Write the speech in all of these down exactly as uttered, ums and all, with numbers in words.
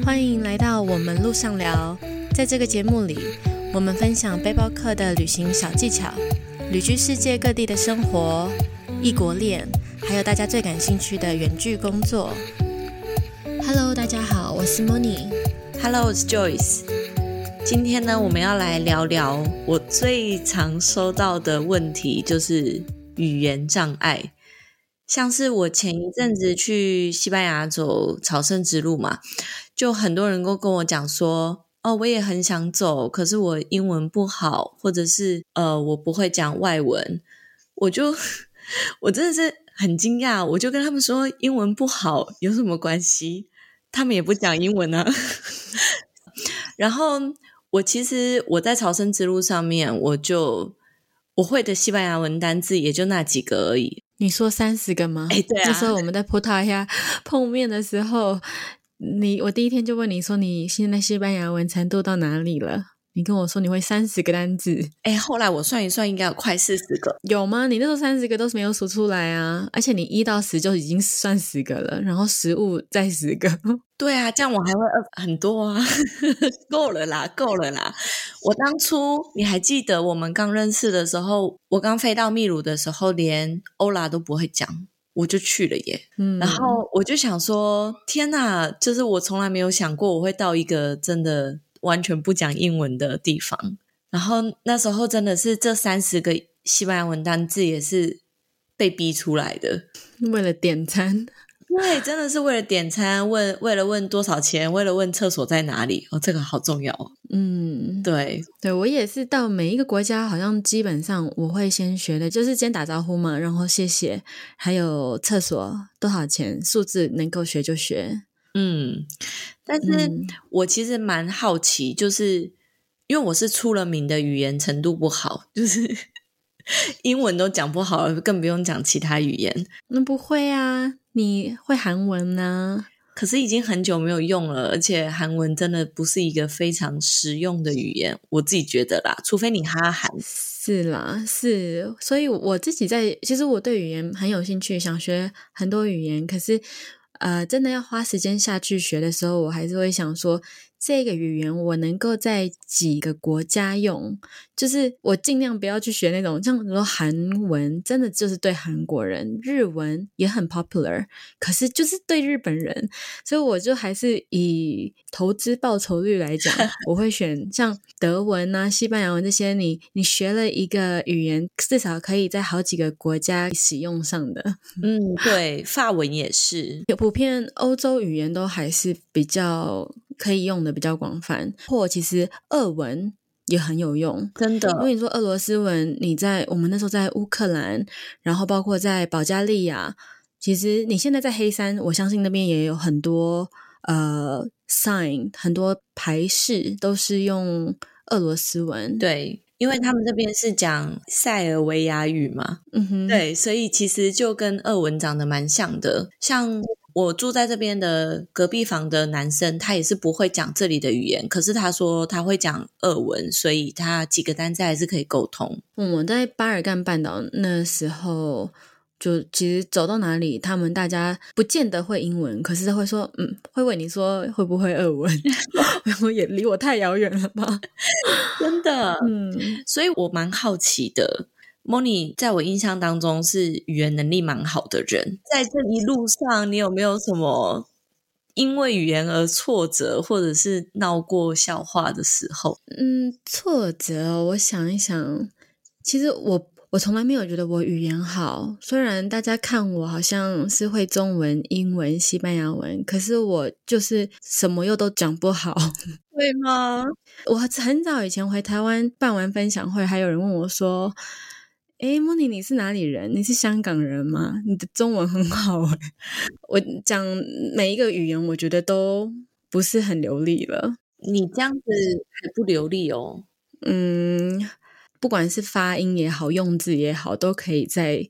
欢迎来到我们路上聊。在这个节目里，我们分享背包客的旅行小技巧，旅居世界各地的生活、异国恋，还有大家最感兴趣的远距工作。Hello， 大家好，我是 Moni。Hello， 我是 Joyce。今天呢，我们要来聊聊我最常收到的问题，就是语言障碍。像是我前一阵子去西班牙走朝圣之路嘛，就很多人都跟我讲说，哦，我也很想走，可是我英文不好，或者是呃，我不会讲外文。我就我真的是很惊讶，我就跟他们说，英文不好有什么关系？他们也不讲英文啊。然后我其实我在朝圣之路上面，我就我会的西班牙文单字也就那几个而已。 你说三十个吗？ 哎，对啊。 那时候我们在葡萄牙碰面的时候，你我第一天就问你说你现在西班牙文程度到哪里了？你跟我说你会三十个单字。 哎，后来我算一算，应该有快四十个。 有吗？你那时候三十个都是没有数出来啊，而且你一到十就已经算十个了，然后食物再十个。 对啊，这样我还会很多啊。够了啦，够了啦。我当初你还记得我们刚认识的时候，我刚飞到秘鲁的时候，连欧拉都不会讲，我就去了耶。嗯，然后我就想说，天哪，就是我从来没有想过我会到一个真的完全不讲英文的地方。然后那时候真的是这三十个西班牙文单字也是被逼出来的， 为了点餐。 对，真的是为了点餐，问为了问多少钱，为了问厕所在哪里。哦，这个好重要哦。 嗯， 对对，我也是到每一个国家，好像基本上我会先学的就是先打招呼嘛，然后谢谢，还有厕所多少钱，数字能够学就学。 嗯，但是我其实蛮好奇，就是因为我是出了名的语言程度不好，就是英文都讲不好，更不用讲其他语言。 那不会啊，你会韩文啊？ 可是已经很久没有用了，而且韩文真的不是一个非常实用的语言，我自己觉得啦，除非你哈韩。 是啦，是，所以我自己在，其实我对语言很有兴趣，想学很多语言，可是呃，真的要花时间下去学的时候，我还是会想说，这个语言我能够在几个国家用，就是我尽量不要去学那种像比如说韩文，真的就是对韩国人，日文也很 popular， 可是就是对日本人，所以我就还是以投资报酬率来讲，我会选像德文啊、西班牙文这些，你你学了一个语言，至少可以在好几个国家使用上的。 嗯，对，法文也是。 普遍欧洲语言都还是比较可以用的比较广泛，或其实俄文也很有用， 真的。 因为你说俄罗斯文，你在我们那时候在乌克兰，然后包括在保加利亚，其实你现在在黑山，我相信那边也有很多呃 sign， 很多牌示都是用俄罗斯文。 对，因为他们这边是讲塞尔维亚语嘛。 嗯哼， 对，所以其实就跟俄文长得蛮像的。像我住在这边的隔壁房的男生，他也是不会讲这里的语言，可是他说他会讲俄文，所以他几个单字还是可以沟通。 嗯，我在巴尔干半岛那时候，就其实走到哪里，他们大家不见得会英文，可是会说，嗯，会问你说会不会俄文，我也离我太遥远了吧？ 真的， 嗯， 所以我蛮好奇的。Moni 在我印象当中是语言能力蛮好的人，在这一路上你有没有什么因为语言而挫折或者是闹过笑话的时候？ 嗯，挫折，我想一想，其实我我从来没有觉得我语言好，虽然大家看我好像是会中文、英文、西班牙文，可是我就是什么又都讲不好。 对吗？ 我很早以前回台湾办完分享会，还有人问我说，诶 Moni 你是哪里人？你是香港人吗？你的中文很好诶。我讲每一个语言我觉得都不是很流利了。 你这样子还不流利哦。 嗯，不管是发音也好，用字也好，都可以再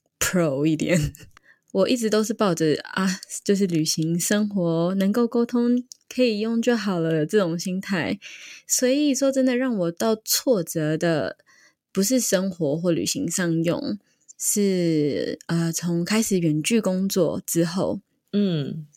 pro 一点。我一直都是抱着啊，就是旅行生活能够沟通可以用就好了这种心态，所以说真的让我到挫折的不是生活或旅行上用，是呃从开始远距工作之后， 嗯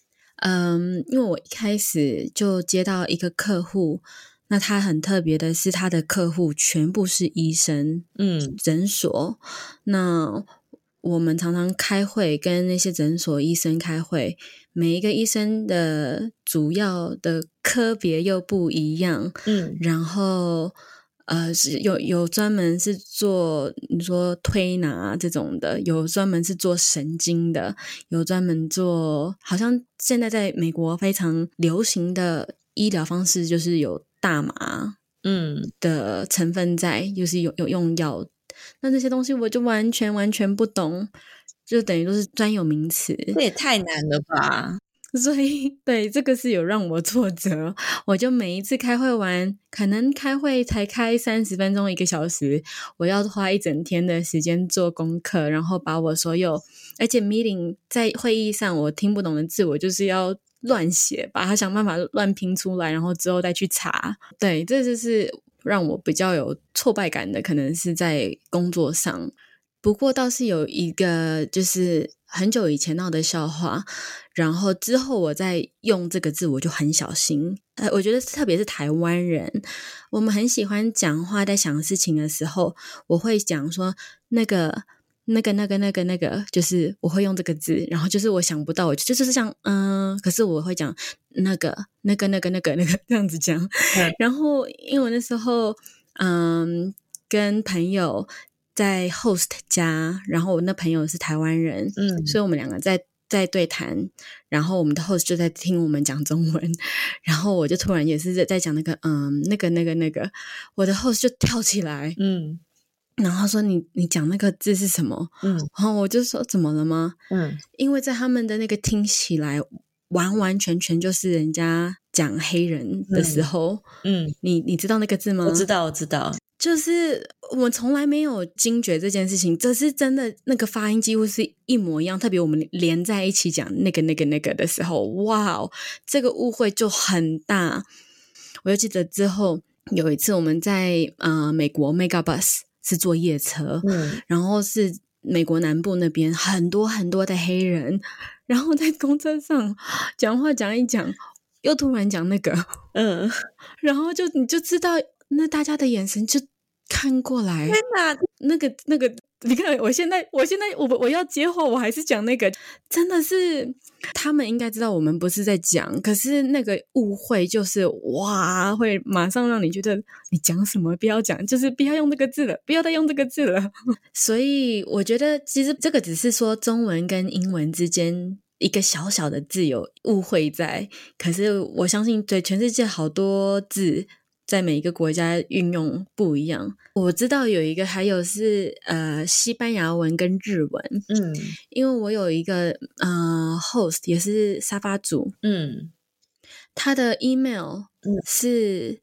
嗯，因为我一开始就接到一个客户，那他很特别的是他的客户全部是医生， 嗯， 诊所。那我们常常开会跟那些诊所医生开会，每一个医生的主要的科别又不一样， 嗯， 然后呃，是有有专门是做你说推拿这种的，有专门是做神经的，有专门做，好像现在在美国非常流行的医疗方式就是有大麻嗯的成分在，就是有有用药，那这些东西我就完全完全不懂，就等于都是专有名词。 这也太难了吧？ 所以对，这个是有让我挫折，我就每一次开会完，可能开会才开三十分钟一个小时，我要花一整天的时间做功课，然后把我所有，而且 meeting 在会议上我听不懂的字，我就是要乱写，把它想办法乱拼出来，然后之后再去查。对，这就是让我比较有挫败感的，可能是在工作上。不过倒是有一个就是很久以前闹的笑话，然后之后我在用这个字我就很小心。呃，我觉得特别是台湾人，我们很喜欢讲话，在想事情的时候，我会讲说那个那个那个那个那个，就是我会用这个字，然后就是我想不到，我就就是像嗯，可是我会讲那个那个那个那个那个这样子讲。 嗯然后因为我那时候嗯跟朋友在 host 家，然后我那朋友是台湾人， 嗯， 所以我们两个在在对谈，然后我们的 host 就在听我们讲中文，然后我就突然也是在在讲那个嗯那个那个那个，我的 host 就跳起来， 嗯然后说你你讲那个字是什么？ 嗯然后我就说怎么了吗？ 嗯， 因为在他们的那个听起来，完完全全就是人家讲黑人的时候， 嗯嗯， 你你知道那个字吗？ 我知道，我知道。 就是我从来没有惊觉这件事情，这是真的，那个发音几乎是一模一样。特别我们连在一起讲那个、那个、那个的时候，哇哦，这个误会就很大。我就记得之后有一次我们在呃美国 Megabus 是坐夜车， 嗯， 然后是美国南部那边很多很多的黑人，然后在公车上讲话讲一讲，又突然讲那个， 嗯， 然后就你就知道，那大家的眼神就看过来， 天哪！ 那个那个，你看，我现在我现在我我要接话，我还是讲那个，真的是他们应该知道我们不是在讲，可是那个误会就是哇，会马上让你觉得你讲什么不要讲，就是不要用这个字了，不要再用这个字了。所以我觉得其实这个只是说中文跟英文之间一个小小的字有误会在，可是我相信对全世界好多字在每一个国家运用不一样。我知道有一个还有是呃西班牙文跟日文， 嗯因为我有一个呃 host 也是沙发主， 嗯他的 email 是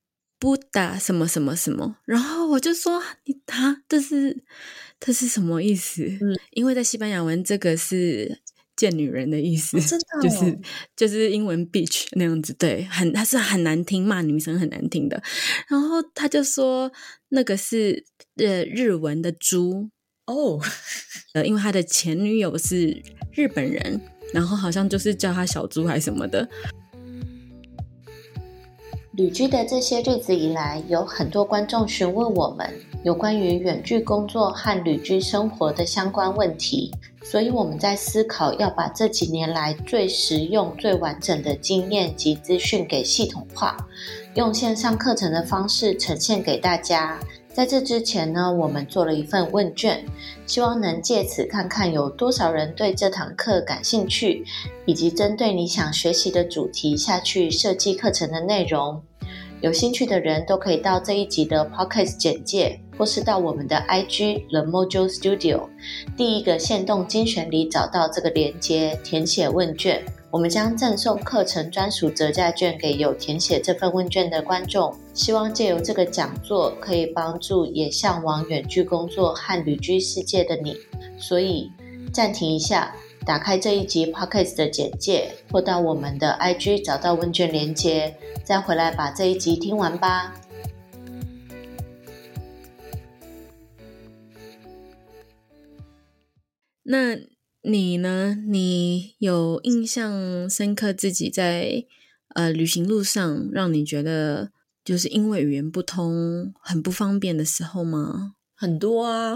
Buddha 什么什么什么，然后我就说你他这是这是什么意思？ 嗯， 因为在西班牙文这个是贱女人的意思， 哦真的哦就是就是英文 bitch 那样子，对，很它是很难听，骂女生很难听的。然后他就说那个是呃日文的猪， 哦， 呃，因为他的前女友是日本人，然后好像就是叫他小猪还什么的。 旅居的这些日子以来，有很多观众询问我们有关于远距工作和旅居生活的相关问题，所以我们在思考要把这几年来最实用、最完整的经验及资讯给系统化，用线上课程的方式呈现给大家。在这之前呢，我们做了一份问卷，希望能借此看看有多少人对这堂课感兴趣，以及针对你想学习的主题下去设计课程的内容。有兴趣的人都可以到这一集的 Podcast 简介，或是到我们的 I G The Mojo Studio 第一个限动精选里找到这个连结，填写问卷。我们将赠送课程专属折价券给有填写这份问卷的观众，希望借由这个讲座可以帮助也向往远距工作和旅居世界的你。所以暂停一下，打开这一集 Podcast 的简介，或到我们的 I G 找到问卷连结，再回来把这一集听完吧。 那你呢？你有印象深刻自己在呃旅行路上让你觉得就是因为语言不通很不方便的时候吗？ 很多啊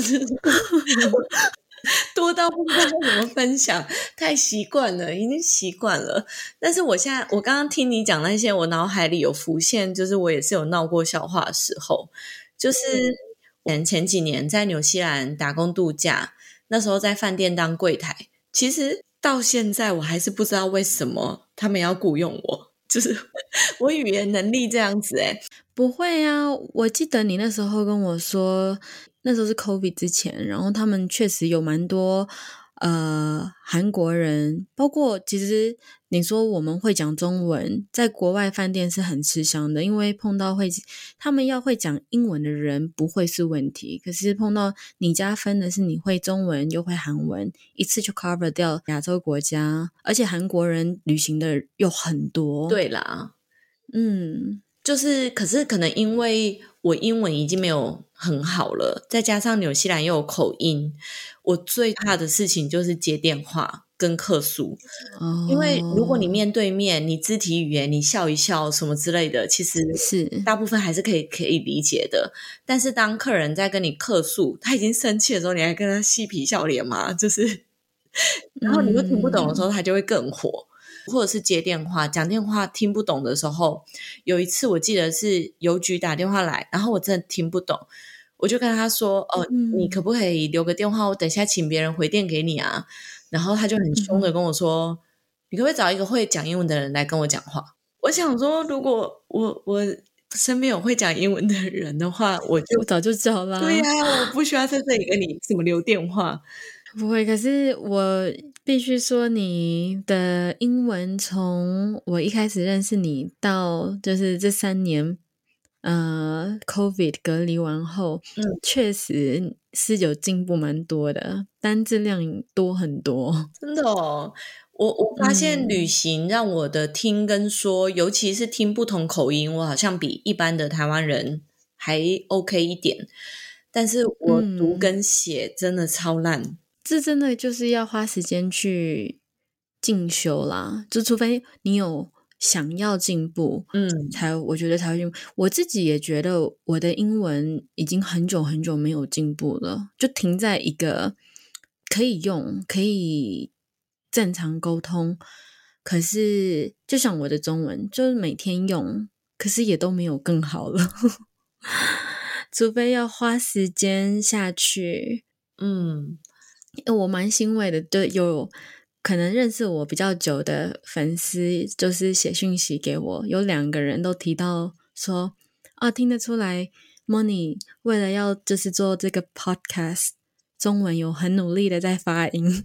多到不知道怎么分享，太习惯了，已经习惯了。但是我现在，我刚刚听你讲那些，我脑海里有浮现，就是我也是有闹过笑话的时候，就是前前几年在纽西兰打工度假，那时候在饭店当柜台，其实到现在我还是不知道为什么他们要雇佣我，就是我语言能力这样子诶。 不会啊，我记得你那时候跟我说，那时候是 COVID 之前，然后他们确实有蛮多呃韩国人，包括其实你说我们会讲中文，在国外饭店是很吃香的，因为碰到会他们要会讲英文的人不会是问题，可是碰到你加分的是你会中文又会韩文，一次就 cover 掉亚洲国家，而且韩国人旅行的又很多。 对啦， 嗯。 就是可是可能因为我英文已经没有很好了，再加上纽西兰又有口音，我最怕的事情就是接电话跟客诉。 哦， 因为如果你面对面，你肢体语言，你笑一笑什么之类的，其实是大部分还是可以可以理解的。但是当客人在跟你客诉，他已经生气的时候，你还跟他嬉皮笑脸嘛，就是然后你又听不懂的时候，他就会更火。或者是接电话讲电话听不懂的时候，有一次我记得是邮局打电话来，然后我真的听不懂，我就跟他说哦， 嗯、 你可不可以留个电话，我等一下请别人回电给你啊。然后他就很凶的跟我说、嗯、你可不可以找一个会讲英文的人来跟我讲话。我想说如果我我身边有会讲英文的人的话，我就我早就找了。 对呀、啊，我不需要在这里跟你怎么留电话。 不会，可是我必须说你的英文从我一开始认识你到就是这三年呃 COVID 隔离完后、嗯、确实是有进步蛮多的，单字量多很多。 真的哦，我我发现旅行让我的听跟说、嗯、尤其是听不同口音，我好像比一般的台湾人还 OK 一点，但是我读跟写真的超烂、嗯这真的就是要花时间去进修啦，就除非你有想要进步，嗯，才我觉得才会进步。我自己也觉得我的英文已经很久很久没有进步了，就停在一个可以用、可以正常沟通，可是就像我的中文，就是每天用，可是也都没有更好了，除非要花时间下去，嗯。我蛮欣慰的，就有可能认识我比较久的粉丝，就是写讯息给我，有两个人都提到说，啊，听得出来 Moni 为了要就是做这个 podcast， 中文有很努力的在发音，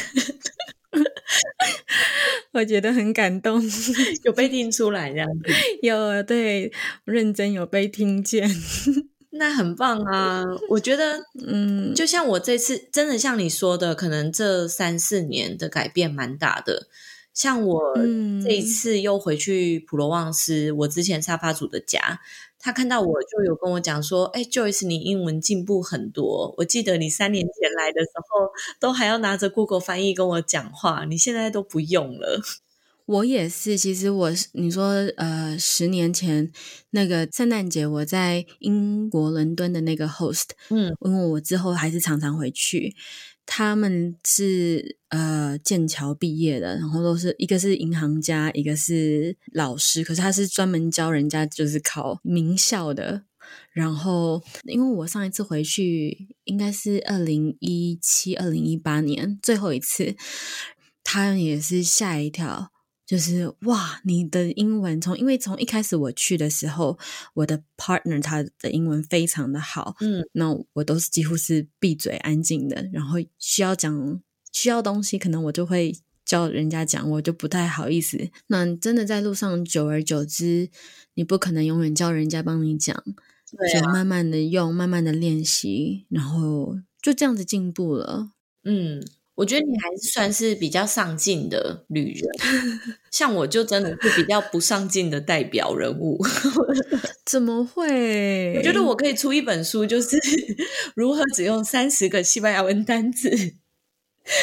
我觉得很感动， 有被听出来这样子， 有对，认真有被听见。 那很棒啊，我觉得嗯，就像我这次真的像你说的，可能这三四年的改变蛮大的，像我这一次又回去普罗旺斯、嗯、我之前沙发主的家，他看到我就有跟我讲说，哎 Joyce 你英文进步很多，我记得你三年前来的时候都还要拿着 Google 翻译跟我讲话，你现在都不用了。 我也是，其实我你说呃，十年前那个圣诞节我在英国伦敦的那个 host， 嗯，因为我之后还是常常回去，他们是呃剑桥毕业的，然后都是一个是银行家，一个是老师，可是他是专门教人家就是考名校的。然后因为我上一次回去应该是二零一七、二零一八年最后一次，他也是吓一跳。就是哇，你的英文从因为从一开始我去的时候，我的 partner 他的英文非常的好，嗯，那我都是几乎是闭嘴安静的，然后需要讲需要东西，可能我就会叫人家讲，我就不太好意思。那真的在路上久而久之，你不可能永远叫人家帮你讲，对啊，就慢慢的用，慢慢的练习，然后就这样子进步了， 嗯。我觉得你还是算是比较上进的旅人，像我就真的是比较不上进的代表人物。 怎么会？ 我觉得我可以出一本书，就是如何只用三十个西班牙文单字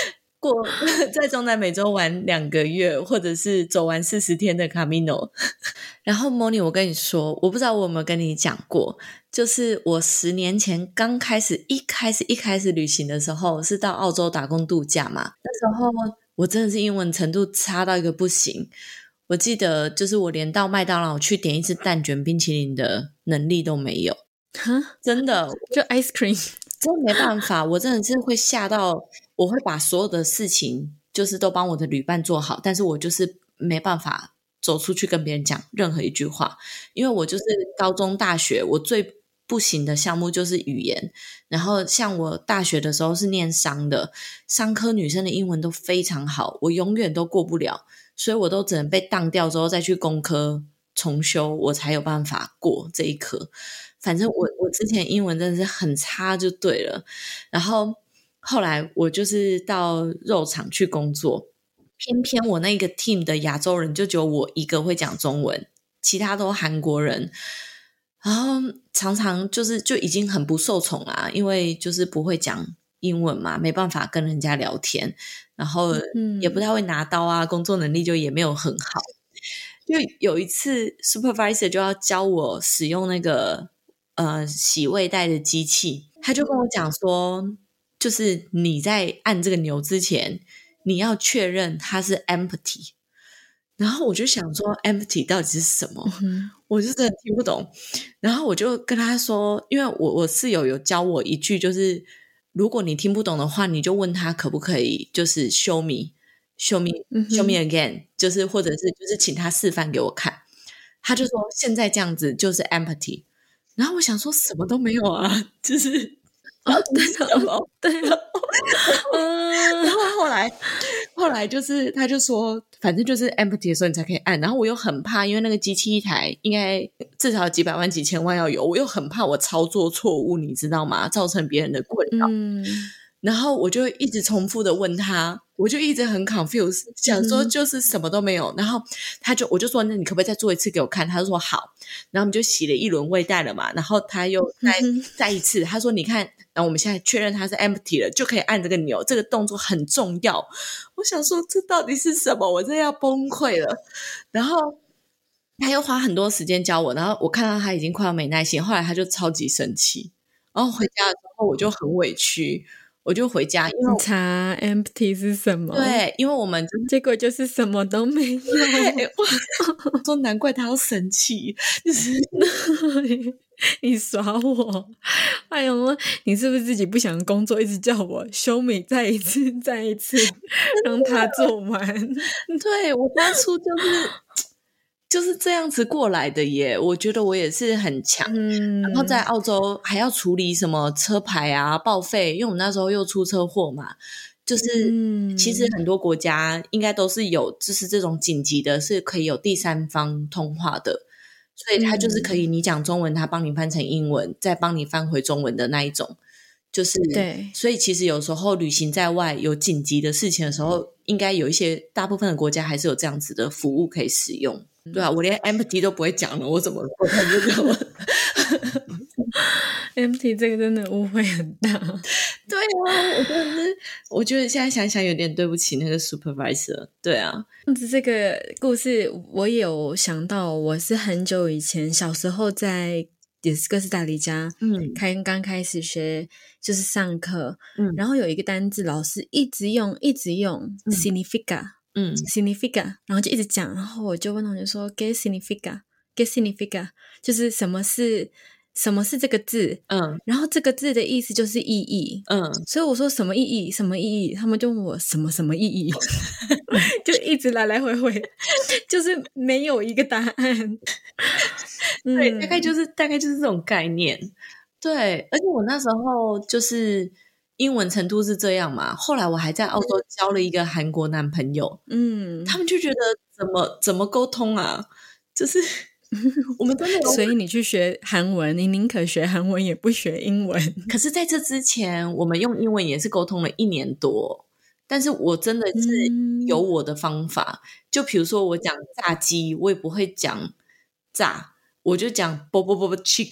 过在中南美洲玩两个月，或者是走完四十天的 Camino。 然后 Moni 我跟你说，我不知道我有没有跟你讲过，就是我十年前刚开始一开始一开始旅行的时候是到澳洲打工度假嘛，那时候我真的是英文程度差到一个不行，我记得就是我连到麦当劳去点一只蛋卷冰淇淋的能力都没有。真的就 ice cream 真的没办法，我真的是会吓到，我会把所有的事情就是都帮我的旅伴做好，但是我就是没办法走出去跟别人讲任何一句话，因为我就是高中大学我最不行的项目就是语言，然后像我大学的时候是念商的，商科女生的英文都非常好，我永远都过不了，所以我都只能被当掉之后再去工科重修，我才有办法过这一科。反正我我之前英文真的是很差就对了，然后后来我就是到肉厂去工作，偏偏我那个 team 的亚洲人就只有我一个会讲中文，其他都韩国人，然后常常就是就已经很不受宠啦，因为就是不会讲英文嘛，没办法跟人家聊天，然后也不太会拿刀啊，工作能力就也没有很好。就有一次 supervisor 就要教我使用那个呃洗胃袋的机器，他就跟我讲说，就是你在按这个钮之前你要确认它是 empty， 然后我就想说 empty 到底是什么、嗯、我就真的听不懂，然后我就跟他说，因为我我室友有教我一句，就是如果你听不懂的话你就问他可不可以就是 show me show me show me again、嗯、就是或者是就是请他示范给我看，他就说现在这样子就是 empty， 然后我想说什么都没有啊，就是哦对哦对哦然后后来后来就是他就说反正就是 empty 的时候你才可以按，然后我又很怕，因为那个机器一台应该至少几百万几千万要有，我又很怕我操作错误你知道吗，造成别人的困扰、嗯、然后我就一直重复的问他，我就一直很 confused 想说就是什么都没有、嗯、然后他就我就说那你可不可以再做一次给我看，他就说好，然后我们就洗了一轮胃袋了嘛，然后他又再、嗯、再一次他说你看，然后我们现在确认它是 empty 了就可以按这个钮，这个动作很重要，我想说这到底是什么，我真的要崩溃了，然后他又花很多时间教我，然后我看到他已经快要没耐心，后来他就超级生气，然后回家的时候我就很委屈，我就回家，因为查 empty 是什么， 对，因为我们、就是、 结果就是什么都没有， 我说难怪他要生气，就是你耍我，哎呦，你是不是自己不想工作，一直叫我 show me 再一次再一次让他做完对，我当初就是就是这样子过来的耶，我觉得我也是很强、嗯、然后在澳洲还要处理什么车牌啊报废，因为我们那时候又出车祸嘛，就是、嗯、其实很多国家应该都是有就是这种紧急的是可以有第三方通话的，所以他就是可以你讲中文他帮你翻成英文再帮你翻回中文的那一种，就是对， 所以其实有时候旅行在外有紧急的事情的时候应该有一些大部分的国家还是有这样子的服务可以使用，对啊，我连 empty 都不会讲了，我怎么我看这个 empty 这个真的误会很大， 对啊，我真的是我觉得现在想想有点对不起那个 supervisor， 对啊， 这个故事我有想到，我是很久以前小时候在也是哥斯达黎加，嗯，开刚开始学就是上课，嗯，然后有一个单字老师一直用一直用、嗯、significa， 嗯 significa， 然后就一直讲，然后我就问同学说 ¿qué significa？ ¿qué significa？ 就是什么是什么是这个字，嗯，然后这个字的意思就是意义，嗯，所以我说什么意义什么意义，他们就问我什么什么意义就一直来来回回就是没有一个答案对、嗯、大概就是大概就是这种概念，对，而且我那时候就是英文程度是这样嘛，后来我还在澳洲交了一个韩国男朋友，嗯，他们就觉得怎么怎么沟通啊，就是我们真的有， 所以你去学韩文，你宁可学韩文也不学英文。 可是在这之前我们用英文也是沟通了一年多，但是我真的是有我的方法、嗯、就比如说我讲炸鸡我也不会讲炸，我就讲 bo bo bo chicken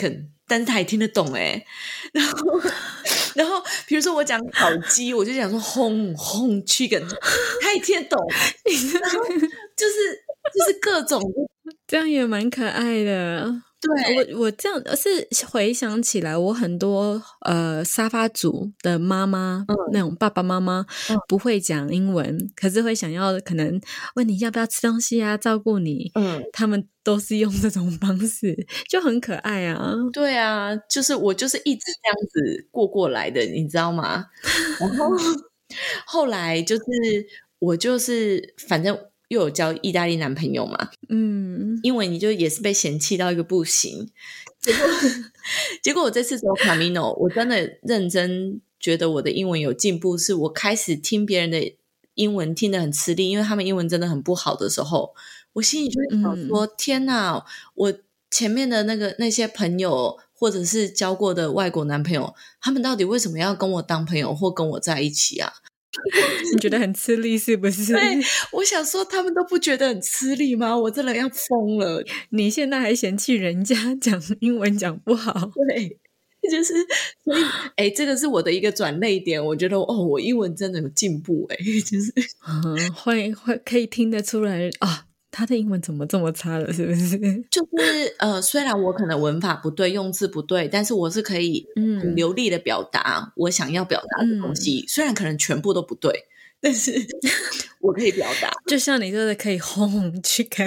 但是他也听得懂哎。然后然后比如说我讲烤鸡，我就讲说轰轰 chicken， 他也听得懂。然后就是就是各种， 这样也蛮可爱的。 对， 我我这样是回想起来，我很多呃沙发族的妈妈、嗯、那种爸爸妈妈、嗯、不会讲英文，可是会想要可能问你要不要吃东西啊，照顾你，嗯，他们都是用这种方式，就很可爱啊。 对啊，就是我就是一直这样子过过来的，你知道吗？然后后来就是我就是反正又有交意大利男朋友嘛，嗯，英文你就也是被嫌弃到一个不行。结果结果我这次走 Camino， 我真的认真觉得我的英文有进步，是我开始听别人的英文听得很吃力，因为他们英文真的很不好的时候，我心里就会想说、嗯、天哪，我前面的那个那些朋友或者是交过的外国男朋友，他们到底为什么要跟我当朋友或跟我在一起啊？ 你觉得很吃力是不是？ 对，我想说他们都不觉得很吃力吗？我真的要疯了。 你现在还嫌弃人家讲英文讲不好？ 对，就是所以哎，这个是我的一个转捩点，我觉得哦，我英文真的有进步哎，就是嗯，会会可以听得出来啊。他的英文怎么这么差了，是不是？ 就是呃，虽然我可能文法不对，用字不对，但是我是可以很流利的表达我想要表达的东西、嗯、虽然可能全部都不对，但是我可以表达。 就像你说的可以轰去看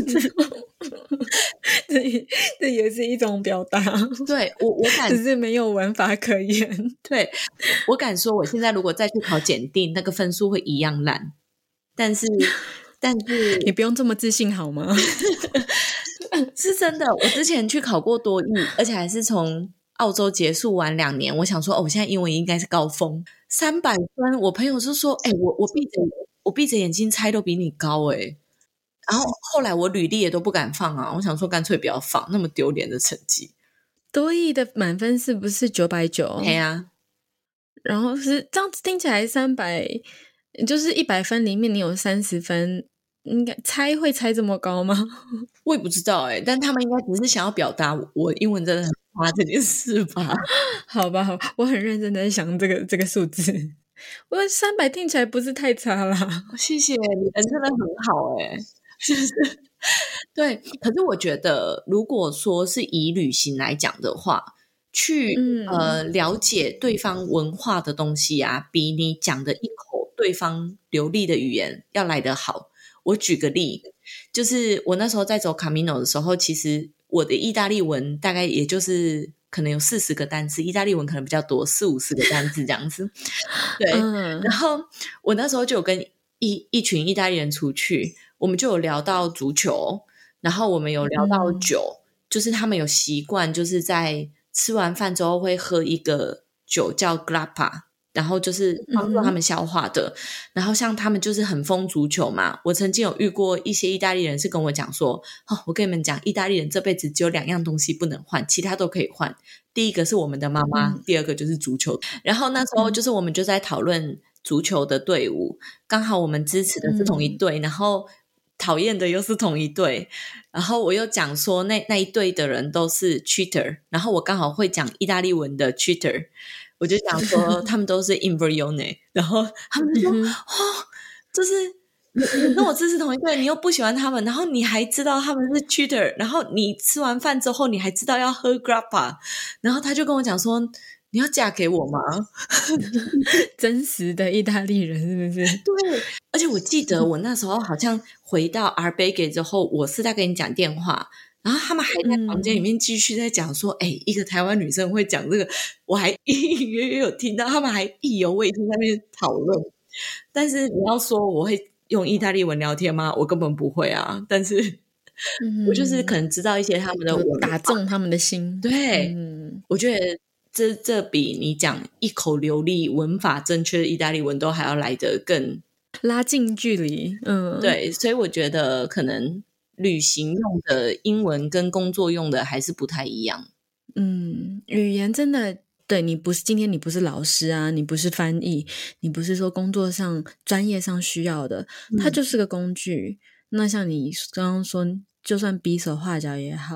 这, 这也是一种表达。 对，我我敢， 只是没有文法可言。 对，我敢说我现在如果再去考检定，那个分数会一样烂，但是但是你不用这么自信好吗？ 是真的，我之前去考过多益，而且还是从澳洲结束完两年，我想说哦，我现在英文应该是高峰，三百分。我朋友就说哎、欸，我我闭着我闭着眼睛猜都比你高哎、欸。然后后来我履历也都不敢放啊，我想说干脆不要放那么丢脸的成绩。 多益的满分是不是九百九？ 对啊， 然后是这样子听起来三百，就是一百分里面你有三十分，应该猜会猜这么高吗？ 我也不知道哎、欸，但他们应该只是想要表达我英文真的很差这件事吧。 好吧，好吧，我很认真的想这个这个数字，我三百听起来不是太差啦。 谢谢你人真的很好哎、欸，就是对。可是我觉得，如果说是以旅行来讲的话，去、嗯、呃了解对方文化的东西啊，比你讲的一口对方流利的语言要来得好。我举个例，就是我那时候在走 Camino 的时候，其实我的意大利文大概也就是可能有四十个单字，意大利文可能比较多，四五十个单字这样子。对、嗯，然后我那时候就有跟一一群意大利人出去，我们就有聊到足球，然后我们有聊到酒、嗯、就是他们有习惯就是在吃完饭之后会喝一个酒叫 Grappa，然后就是帮助他们消化的、嗯、然后像他们就是很疯足球嘛，我曾经有遇过一些意大利人是跟我讲说、哦、我跟你们讲，意大利人这辈子只有两样东西不能换，其他都可以换，第一个是我们的妈妈、嗯、第二个就是足球。然后那时候就是我们就在讨论足球的队伍，刚好我们支持的是同一队、嗯、然后讨厌的又是同一队，然后我又讲说那那一队的人都是 cheater， 然后我刚好会讲意大利文的 cheater，我就讲说他们都是 inversion， 然后他们就说、嗯、哦，就是你你跟我支持同一队，你又不喜欢他们，然后你还知道他们是 cheater， 然后你吃完饭之后你还知道要喝 grappa， 然后他就跟我讲说你要嫁给我吗？ 真实的意大利人是不是？ 对，而且我记得我那时候好像回到 Arbeque 之后，我是在跟你讲电话，然后他们还在房间里面继续在讲说哎、嗯，一个台湾女生会讲这个，我还隐隐约约有听到他们还意犹未尽在那边讨论。但是你要说我会用意大利文聊天吗？我根本不会啊，但是我就是可能知道一些他们的文化， 打中他们的心。 对、嗯、我觉得这这比你讲一口流利文法正确的意大利文都还要来得更拉近距离。嗯， 对，所以我觉得可能旅行用的英文跟工作用的还是不太一样。 嗯，语言真的，对，你不是今天你不是老师啊，你不是翻译，你不是说工作上专业上需要的，它就是个工具、嗯、那像你刚刚说就算比手画脚也好，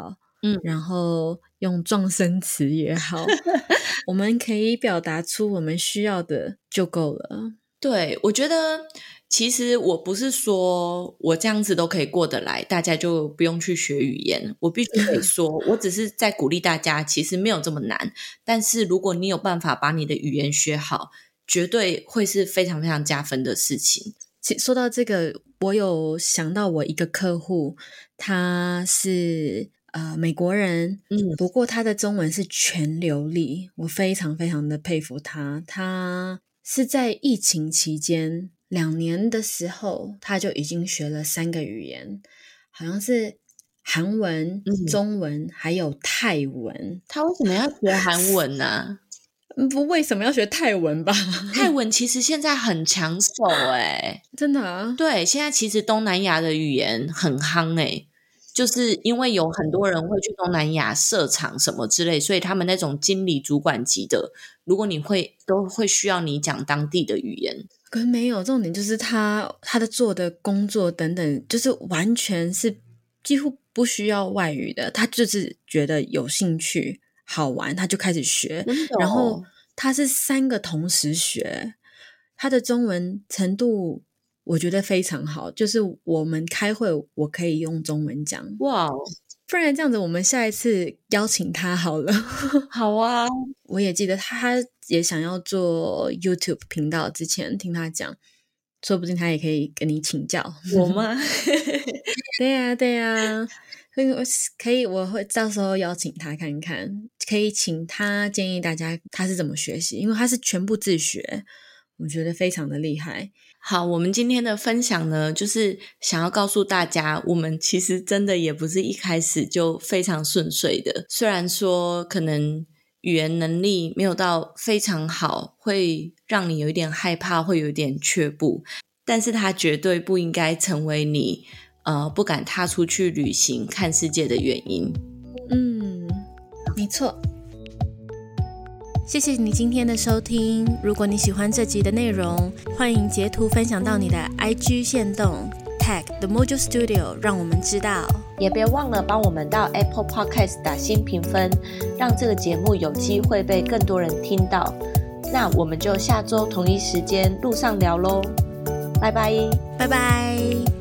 嗯， 然后用状声词也好我们可以表达出我们需要的就够了。 对，我觉得其实我不是说我这样子都可以过得来，大家就不用去学语言。我必须得说，我只是在鼓励大家，其实没有这么难。但是如果你有办法把你的语言学好，绝对会是非常非常加分的事情。 其说到这个，我有想到我一个客户，他是呃美国人， 嗯， 不过他的中文是全流利，我非常非常的佩服他。他是在疫情期间两年的时候，他就已经学了三个语言，好像是韩文、 嗯中文还有泰文。 他为什么要学韩文呢、啊？ 不，为什么要学泰文吧？ 泰文其实现在很抢手欸， 真的啊？ 对，现在其实东南亚的语言很夯欸，就是因为有很多人会去东南亚设厂什么之类，所以他们那种经理主管级的，如果你会都会需要你讲当地的语言。 可是没有，重点就是他他的做的工作等等，就是完全是几乎不需要外语的，他就是觉得有兴趣好玩，他就开始学， 真的哦， 然后他是三个同时学，他的中文程度我觉得非常好，就是我们开会我可以用中文讲。 哇， 不然这样子我们下一次邀请他好了。 好啊， 我也记得他也想要做 YouTube 频道，之前听他讲，说不定他也可以跟你请教。 我吗？ 对呀对呀，可以，我会到时候邀请他看看，可以请他建议大家他是怎么学习，因为他是全部自学，我觉得非常的厉害。 好，我们今天的分享呢，就是想要告诉大家，我们其实真的也不是一开始就非常顺遂的，虽然说可能语言能力没有到非常好，会让你有一点害怕，会有一点却步，但是它绝对不应该成为你呃不敢踏出去旅行看世界的原因。 嗯，没错。谢谢你今天的收听，如果你喜欢这集的内容，欢迎截图分享到你的 I G 限动 tag The Mojo Studio 让我们知道， 也别忘了帮我们到 Apple Podcast 打新评分，让这个节目有机会被更多人听到。那我们就下周同一时间路上聊咯，拜拜， 拜拜。